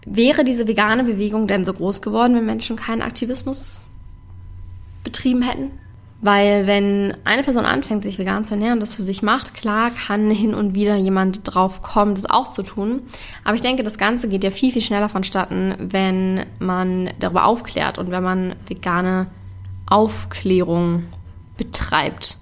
wäre diese vegane Bewegung denn so groß geworden, wenn Menschen keinen Aktivismus betrieben hätten? Weil wenn eine Person anfängt, sich vegan zu ernähren und das für sich macht, klar kann hin und wieder jemand drauf kommen, das auch zu tun. Aber ich denke, das Ganze geht ja viel, viel schneller vonstatten, wenn man darüber aufklärt und wenn man vegane Aufklärung betreibt.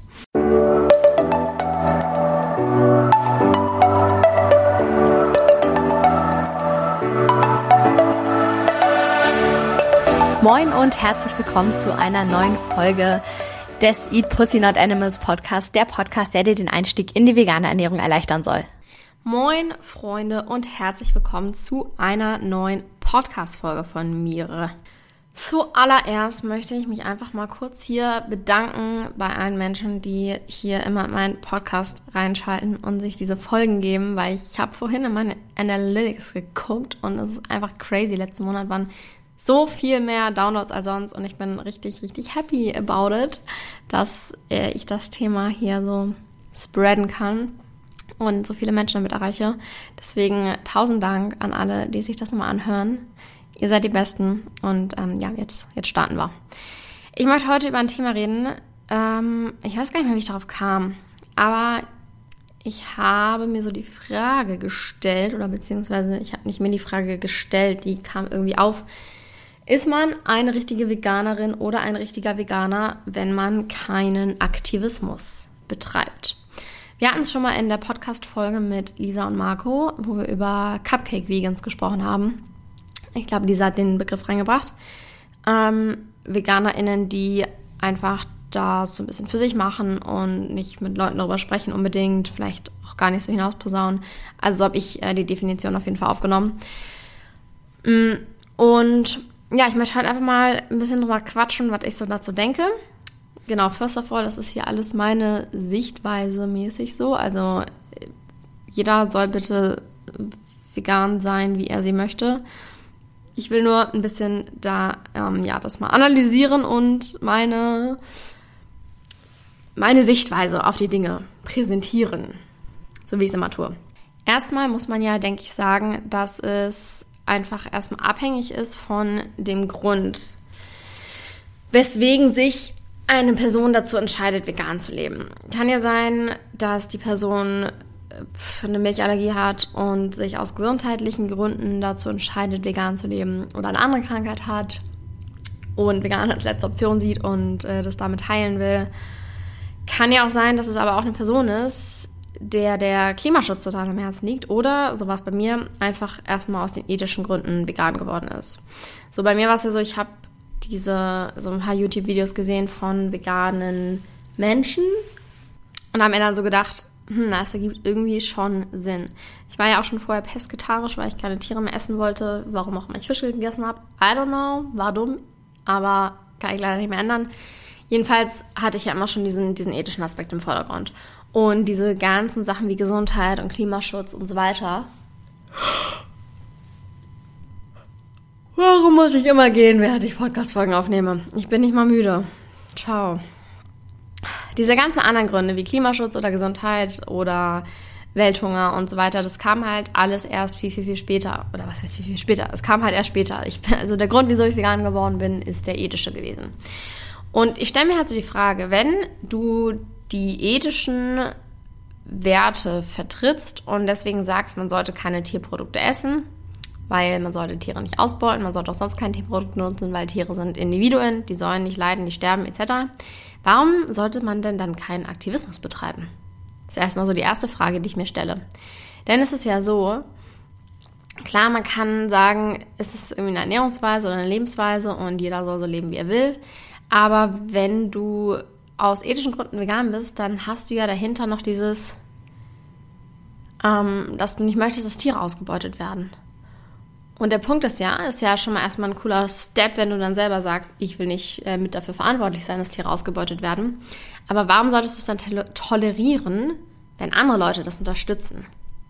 Moin und herzlich willkommen zu einer neuen Folge des Eat Pussy Not Animals Podcast, der Podcast, der dir den Einstieg in die vegane Ernährung erleichtern soll. Moin Freunde und herzlich willkommen zu einer neuen Podcast-Folge von mir. Zuallererst möchte ich mich einfach mal kurz hier bedanken bei allen Menschen, die hier immer in meinen Podcast reinschalten und sich diese Folgen geben, weil ich habe vorhin in meine Analytics geguckt und es ist einfach crazy. Letzten Monat waren so viel mehr Downloads als sonst und ich bin richtig, richtig happy about it, dass ich das Thema hier so spreaden kann und so viele Menschen damit erreiche. Deswegen 1000 Dank an alle, die sich das immer anhören. Ihr seid die Besten und jetzt starten wir. Ich möchte heute über ein Thema reden. Ich weiß gar nicht mehr, wie ich darauf kam, aber ich habe mir so die Frage gestellt, oder beziehungsweise ich habe nicht mir die Frage gestellt, die kam irgendwie auf. Ist man eine richtige Veganerin oder ein richtiger Veganer, wenn man keinen Aktivismus betreibt? Wir hatten es schon mal in der Podcast-Folge mit Lisa und Marco, wo wir über Cupcake-Vegans gesprochen haben. Ich glaube, Lisa hat den Begriff reingebracht. VeganerInnen, die einfach das so ein bisschen für sich machen und nicht mit Leuten darüber sprechen unbedingt, vielleicht auch gar nicht so hinausposaunen. Also so habe ich die Definition auf jeden Fall aufgenommen. Und ja, ich möchte heute einfach mal ein bisschen drüber quatschen, was ich so dazu denke. Genau, first of all, das ist hier alles meine Sichtweise mäßig so. Also jeder soll bitte vegan sein, wie er sie möchte. Ich will nur ein bisschen da das mal analysieren und meine Sichtweise auf die Dinge präsentieren, so wie ich es immer tue. Erstmal muss man ja, denke ich, sagen, dass es einfach erstmal abhängig ist von dem Grund, weswegen sich eine Person dazu entscheidet, vegan zu leben. Kann ja sein, dass die Person eine Milchallergie hat und sich aus gesundheitlichen Gründen dazu entscheidet, vegan zu leben oder eine andere Krankheit hat und vegan als letzte Option sieht und das damit heilen will. Kann ja auch sein, dass es aber auch eine Person ist, der Klimaschutz total am Herzen liegt oder, so war es bei mir, einfach erstmal aus den ethischen Gründen vegan geworden ist. So, bei mir war es ja so, ich habe so ein paar YouTube-Videos gesehen von veganen Menschen und habe mir dann so gedacht, das ergibt irgendwie schon Sinn. Ich war ja auch schon vorher pesketarisch, weil ich keine Tiere mehr essen wollte, warum auch immer ich Fische gegessen habe. I don't know, war dumm, aber kann ich leider nicht mehr ändern. Jedenfalls hatte ich ja immer schon diesen ethischen Aspekt im Vordergrund. Und diese ganzen Sachen wie Gesundheit und Klimaschutz und so weiter. Warum muss ich immer gehen, während ich Podcast-Folgen aufnehme? Ich bin nicht mal müde. Ciao. Diese ganzen anderen Gründe wie Klimaschutz oder Gesundheit oder Welthunger und so weiter, das kam halt alles erst viel, viel, viel später. Oder was heißt viel, viel später? Es kam halt erst später. Also der Grund, wieso ich vegan geworden bin, ist der ethische gewesen. Und ich stelle mir halt so die Frage, wenn du die ethischen Werte vertrittst und deswegen sagst, man sollte keine Tierprodukte essen, weil man sollte Tiere nicht ausbeuten, man sollte auch sonst kein Tierprodukt nutzen, weil Tiere sind Individuen, die sollen nicht leiden, die sterben etc. Warum sollte man denn dann keinen Aktivismus betreiben? Das ist erstmal so die erste Frage, die ich mir stelle. Denn es ist ja so, klar, man kann sagen, es ist irgendwie eine Ernährungsweise oder eine Lebensweise und jeder soll so leben, wie er will. Aber wenn du aus ethischen Gründen vegan bist, dann hast du ja dahinter noch dieses, dass du nicht möchtest, dass Tiere ausgebeutet werden. Und der Punkt ist ja schon mal erstmal ein cooler Step, wenn du dann selber sagst, ich will nicht mit dafür verantwortlich sein, dass Tiere ausgebeutet werden. Aber warum solltest du es dann tolerieren, wenn andere Leute das unterstützen?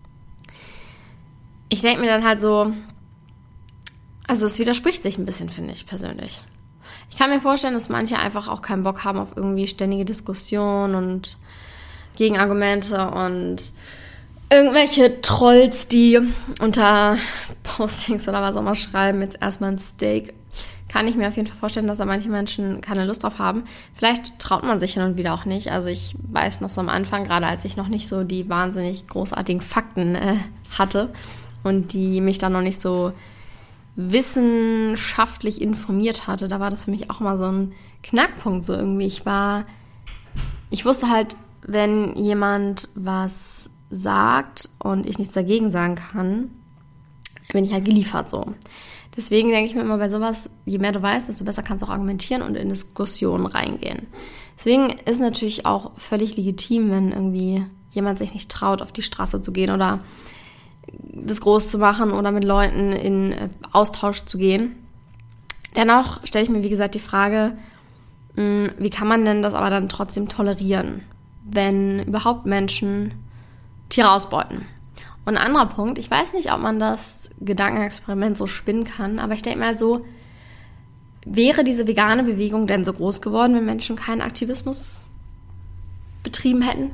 Ich denke mir dann halt so, also es widerspricht sich ein bisschen, finde ich persönlich. Ich kann mir vorstellen, dass manche einfach auch keinen Bock haben auf irgendwie ständige Diskussionen und Gegenargumente und irgendwelche Trolls, die unter Postings oder was auch immer schreiben, jetzt erstmal ein Steak, kann ich mir auf jeden Fall vorstellen, dass da manche Menschen keine Lust drauf haben. Vielleicht traut man sich hin und wieder auch nicht. Also ich weiß noch so am Anfang, gerade als ich noch nicht so die wahnsinnig großartigen Fakten hatte und die mich dann noch nicht so wissenschaftlich informiert hatte, da war das für mich auch mal so ein Knackpunkt so irgendwie. Ich wusste halt, wenn jemand was sagt und ich nichts dagegen sagen kann, bin ich halt geliefert so. Deswegen denke ich mir immer bei sowas, je mehr du weißt, desto besser kannst du auch argumentieren und in Diskussionen reingehen. Deswegen ist natürlich auch völlig legitim, wenn irgendwie jemand sich nicht traut, auf die Straße zu gehen oder das groß zu machen oder mit Leuten in Austausch zu gehen. Dennoch stelle ich mir, wie gesagt, die Frage, wie kann man denn das aber dann trotzdem tolerieren, wenn überhaupt Menschen Tiere ausbeuten? Und ein anderer Punkt, ich weiß nicht, ob man das Gedankenexperiment so spinnen kann, aber ich denke mal so, wäre diese vegane Bewegung denn so groß geworden, wenn Menschen keinen Aktivismus betrieben hätten?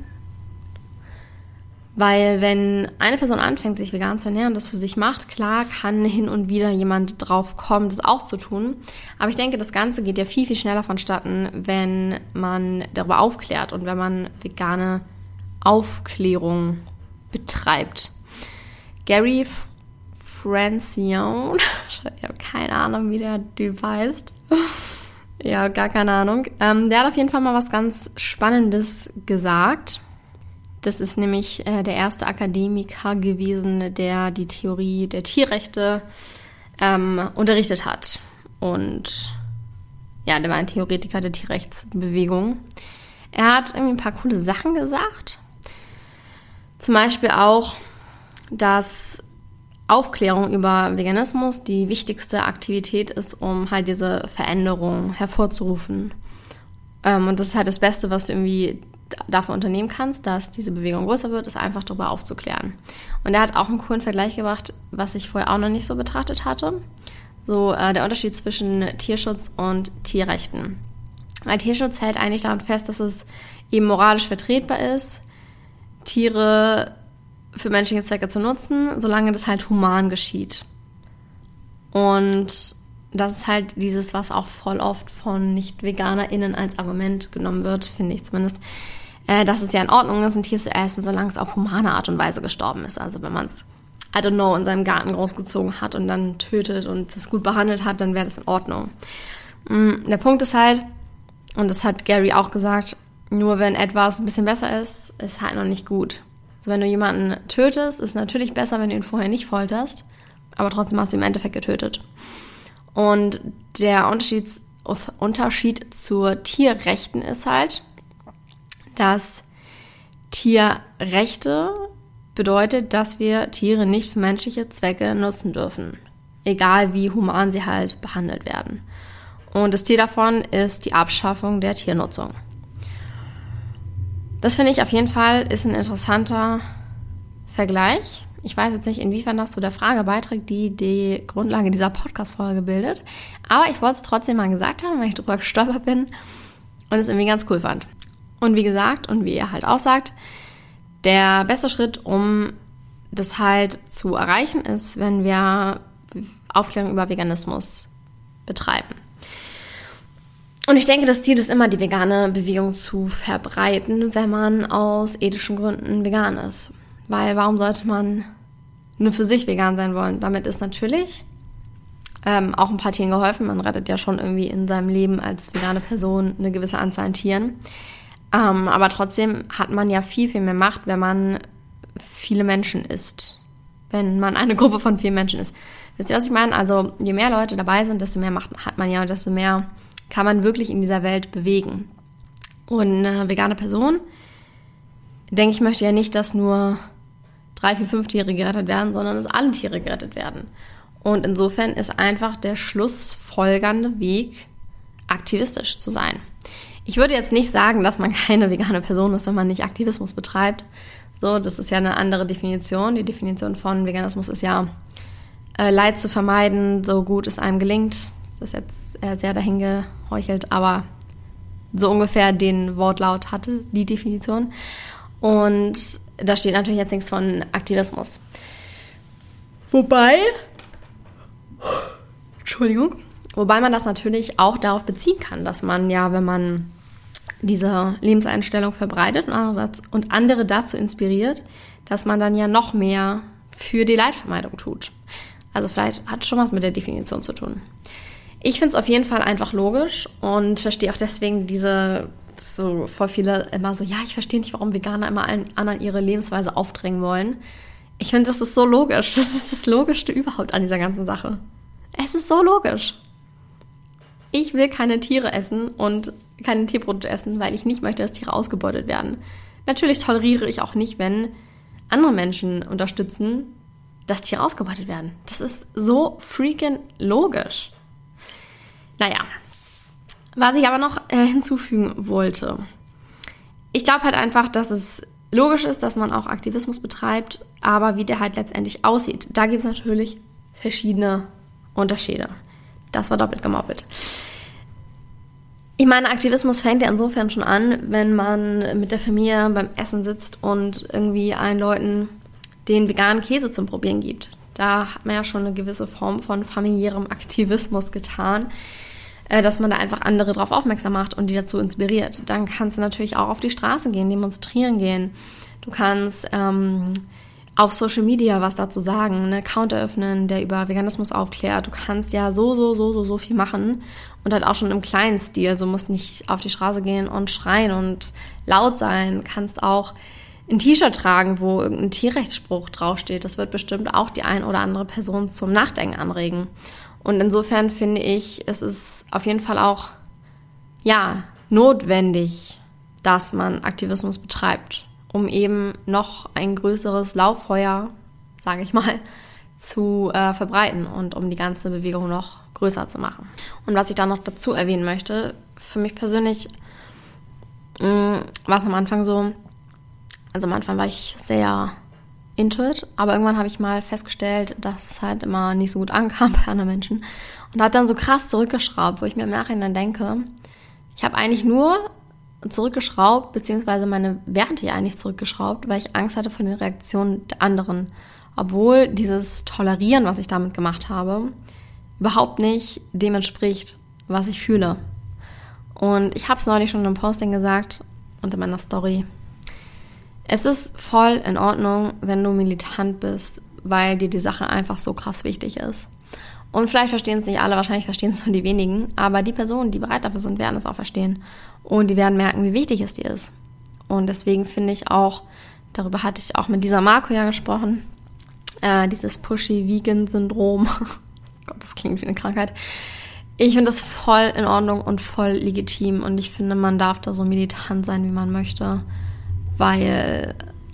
Weil wenn eine Person anfängt, sich vegan zu ernähren und das für sich macht, klar kann hin und wieder jemand drauf kommen, das auch zu tun. Aber ich denke, das Ganze geht ja viel, viel schneller vonstatten, wenn man darüber aufklärt und wenn man vegane Aufklärung betreibt. Gary Francione, ich habe keine Ahnung, wie der Typ heißt. Ja, gar keine Ahnung. Der hat auf jeden Fall mal was ganz Spannendes gesagt. Das ist nämlich der erste Akademiker gewesen, der die Theorie der Tierrechte unterrichtet hat. Und ja, der war ein Theoretiker der Tierrechtsbewegung. Er hat irgendwie ein paar coole Sachen gesagt. Zum Beispiel auch, dass Aufklärung über Veganismus die wichtigste Aktivität ist, um halt diese Veränderung hervorzurufen. Und das ist halt das Beste, was du irgendwie dafür unternehmen kannst, dass diese Bewegung größer wird, ist einfach darüber aufzuklären. Und er hat auch einen coolen Vergleich gebracht, was ich vorher auch noch nicht so betrachtet hatte. So der Unterschied zwischen Tierschutz und Tierrechten. Weil Tierschutz hält eigentlich daran fest, dass es eben moralisch vertretbar ist, Tiere für menschliche Zwecke zu nutzen, solange das halt human geschieht. Und das ist halt dieses, was auch voll oft von Nicht-VeganerInnen als Argument genommen wird, finde ich zumindest, dass es ja in Ordnung ist, ein Tier zu essen, solange es auf humane Art und Weise gestorben ist. Also wenn man es, I don't know, in seinem Garten großgezogen hat und dann tötet und es gut behandelt hat, dann wäre das in Ordnung. Der Punkt ist halt, und das hat Gary auch gesagt, nur wenn etwas ein bisschen besser ist, ist halt noch nicht gut. Also wenn du jemanden tötest, ist natürlich besser, wenn du ihn vorher nicht folterst, aber trotzdem hast du im Endeffekt getötet. Und der Unterschied zur Tierrechten ist halt, dass Tierrechte bedeutet, dass wir Tiere nicht für menschliche Zwecke nutzen dürfen. Egal wie human sie halt behandelt werden. Und das Ziel davon ist die Abschaffung der Tiernutzung. Das finde ich auf jeden Fall ist ein interessanter Vergleich. Ich weiß jetzt nicht, inwiefern das zu der Frage beiträgt, die die Grundlage dieser Podcast-Folge bildet. Aber ich wollte es trotzdem mal gesagt haben, weil ich darüber gestolpert bin und es irgendwie ganz cool fand. Und wie gesagt, und wie er halt auch sagt, der beste Schritt, um das halt zu erreichen, ist, wenn wir Aufklärung über Veganismus betreiben. Und ich denke, das Ziel ist immer, die vegane Bewegung zu verbreiten, wenn man aus ethischen Gründen vegan ist. Weil warum sollte man nur für sich vegan sein wollen? Damit ist natürlich auch ein paar Tieren geholfen. Man rettet ja schon irgendwie in seinem Leben als vegane Person eine gewisse Anzahl an Tieren. Aber trotzdem hat man ja viel, viel mehr Macht, wenn man viele Menschen isst. Wenn man eine Gruppe von vielen Menschen ist. Wisst ihr, was ich meine? Also je mehr Leute dabei sind, desto mehr Macht hat man ja und desto mehr kann man wirklich in dieser Welt bewegen. Und eine vegane Person, denke ich, möchte ja nicht, dass nur 3, 4, 5 Tiere gerettet werden, sondern dass alle Tiere gerettet werden. Und insofern ist einfach der schlussfolgernde Weg, aktivistisch zu sein. Ich würde jetzt nicht sagen, dass man keine vegane Person ist, wenn man nicht Aktivismus betreibt. So, das ist ja eine andere Definition. Die Definition von Veganismus ist ja, Leid zu vermeiden, so gut es einem gelingt. Das ist jetzt sehr dahingeheuchelt, aber so ungefähr den Wortlaut hatte die Definition. Und da steht natürlich jetzt nichts von Aktivismus. Wobei man das natürlich auch darauf beziehen kann, dass man ja, wenn man diese Lebenseinstellung verbreitet und andere dazu inspiriert, dass man dann ja noch mehr für die Leidvermeidung tut. Also vielleicht hat es schon was mit der Definition zu tun. Ich finde es auf jeden Fall einfach logisch und verstehe auch deswegen so voll viele immer so, ja, ich verstehe nicht, warum Veganer immer allen anderen ihre Lebensweise aufdrängen wollen. Ich finde, das ist so logisch. Das ist das Logischste überhaupt an dieser ganzen Sache. Es ist so logisch. Ich will keine Tiere essen und keine Tierprodukte essen, weil ich nicht möchte, dass Tiere ausgebeutet werden. Natürlich toleriere ich auch nicht, wenn andere Menschen unterstützen, dass Tiere ausgebeutet werden. Das ist so freaking logisch. Naja, was ich aber noch hinzufügen wollte. Ich glaube halt einfach, dass es logisch ist, dass man auch Aktivismus betreibt, aber wie der halt letztendlich aussieht, da gibt es natürlich verschiedene Unterschiede. Das war doppelt gemoppelt. Ich meine, Aktivismus fängt ja insofern schon an, wenn man mit der Familie beim Essen sitzt und irgendwie allen Leuten den veganen Käse zum Probieren gibt. Da hat man ja schon eine gewisse Form von familiärem Aktivismus getan, dass man da einfach andere drauf aufmerksam macht und die dazu inspiriert. Dann kannst du natürlich auch auf die Straße gehen, demonstrieren gehen. Du kannst auf Social Media was dazu sagen, einen Account eröffnen, der über Veganismus aufklärt. Du kannst ja so viel machen und halt auch schon im kleinen Stil. Also musst nicht auf die Straße gehen und schreien und laut sein. Kannst auch ein T-Shirt tragen, wo irgendein Tierrechtsspruch draufsteht. Das wird bestimmt auch die ein oder andere Person zum Nachdenken anregen. Und insofern finde ich, es ist auf jeden Fall auch, ja, notwendig, dass man Aktivismus betreibt, um eben noch ein größeres Lauffeuer, sage ich mal, zu verbreiten und um die ganze Bewegung noch größer zu machen. Und was ich da noch dazu erwähnen möchte, für mich persönlich war es am Anfang so, also am Anfang war ich sehr into it, aber irgendwann habe ich mal festgestellt, dass es halt immer nicht so gut ankam bei anderen Menschen und habe dann so krass zurückgeschraubt, wo ich mir im Nachhinein denke, ich habe eigentlich nur zurückgeschraubt, beziehungsweise meine Werte eigentlich zurückgeschraubt, weil ich Angst hatte vor den Reaktionen der anderen, obwohl dieses Tolerieren, was ich damit gemacht habe, überhaupt nicht dem entspricht, was ich fühle. Und ich habe es neulich schon in einem Posting gesagt und in meiner Story. Es ist voll in Ordnung, wenn du militant bist, weil dir die Sache einfach so krass wichtig ist. Und vielleicht verstehen es nicht alle, wahrscheinlich verstehen es nur die wenigen, aber die Personen, die bereit dafür sind, werden es auch verstehen. Und die werden merken, wie wichtig es dir ist. Und deswegen finde ich auch, darüber hatte ich auch mit dieser Marco ja gesprochen, dieses Pushy-Vegan-Syndrom. Gott, das klingt wie eine Krankheit. Ich finde das voll in Ordnung und voll legitim. Und ich finde, man darf da so militant sein, wie man möchte, weil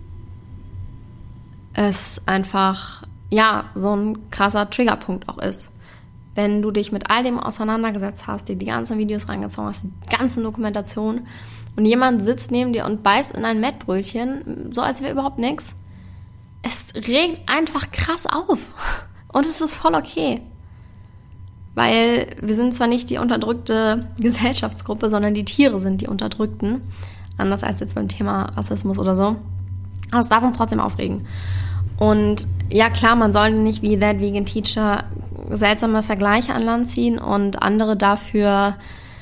es einfach, ja, so ein krasser Triggerpunkt auch ist. Wenn du dich mit all dem auseinandergesetzt hast, dir die ganzen Videos reingezogen hast, die ganzen Dokumentationen und jemand sitzt neben dir und beißt in ein Mettbrötchen, so als wäre überhaupt nichts. Es regt einfach krass auf. Und es ist voll okay. Weil wir sind zwar nicht die unterdrückte Gesellschaftsgruppe, sondern die Tiere sind die Unterdrückten. Anders als jetzt beim Thema Rassismus oder so. Aber es darf uns trotzdem aufregen. Und ja, klar, man sollte nicht wie That Vegan Teacher seltsame Vergleiche an Land ziehen und andere dafür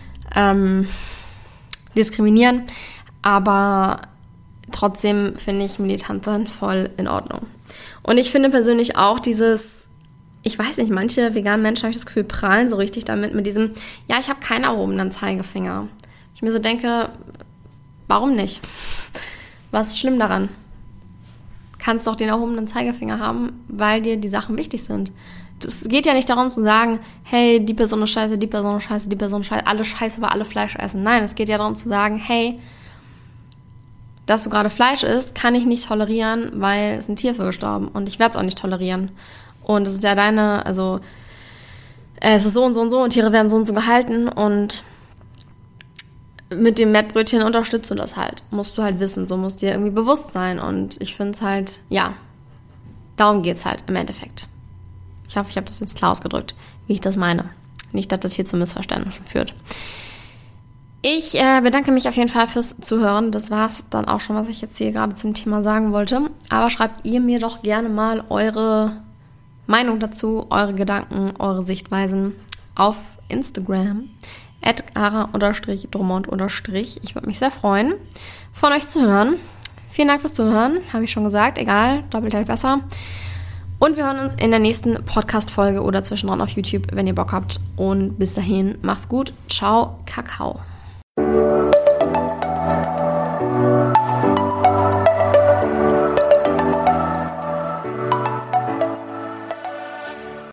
diskriminieren. Aber trotzdem finde ich militant sein voll in Ordnung. Und ich finde persönlich auch ich weiß nicht, manche veganen Menschen, habe ich das Gefühl, prahlen so richtig damit, mit diesem, ja, ich habe keinen erhobenen Zeigefinger. Ich mir so denke, warum nicht? Was ist schlimm daran? Kannst doch den erhobenen Zeigefinger haben, weil dir die Sachen wichtig sind. Es geht ja nicht darum zu sagen, hey, die Person ist scheiße, die Person ist scheiße, die Person ist scheiße, alle scheiße, weil alle Fleisch essen. Nein, es geht ja darum zu sagen, hey, dass du gerade Fleisch isst, kann ich nicht tolerieren, weil es ein Tier für gestorben und ich werde es auch nicht tolerieren. Und es ist ja es ist so und so und so und Tiere werden so und so gehalten und mit dem Mettbrötchen unterstützt du das halt. Musst du halt wissen, so musst dir irgendwie bewusst sein. Und ich finde es halt, ja, darum geht's halt im Endeffekt. Ich hoffe, ich habe das jetzt klar ausgedrückt, wie ich das meine. Nicht, dass das hier zu Missverständnissen führt. Ich bedanke mich auf jeden Fall fürs Zuhören. Das war es dann auch schon, was ich jetzt hier gerade zum Thema sagen wollte. Aber schreibt ihr mir doch gerne mal eure Meinung dazu, eure Gedanken, eure Sichtweisen auf Instagram @ara_drummond_. Ich würde mich sehr freuen, von euch zu hören. Vielen Dank fürs Zuhören, habe ich schon gesagt. Egal, doppelt hält besser. Und wir hören uns in der nächsten Podcast-Folge oder zwischendrin auf YouTube, wenn ihr Bock habt. Und bis dahin, macht's gut. Ciao, Kakao.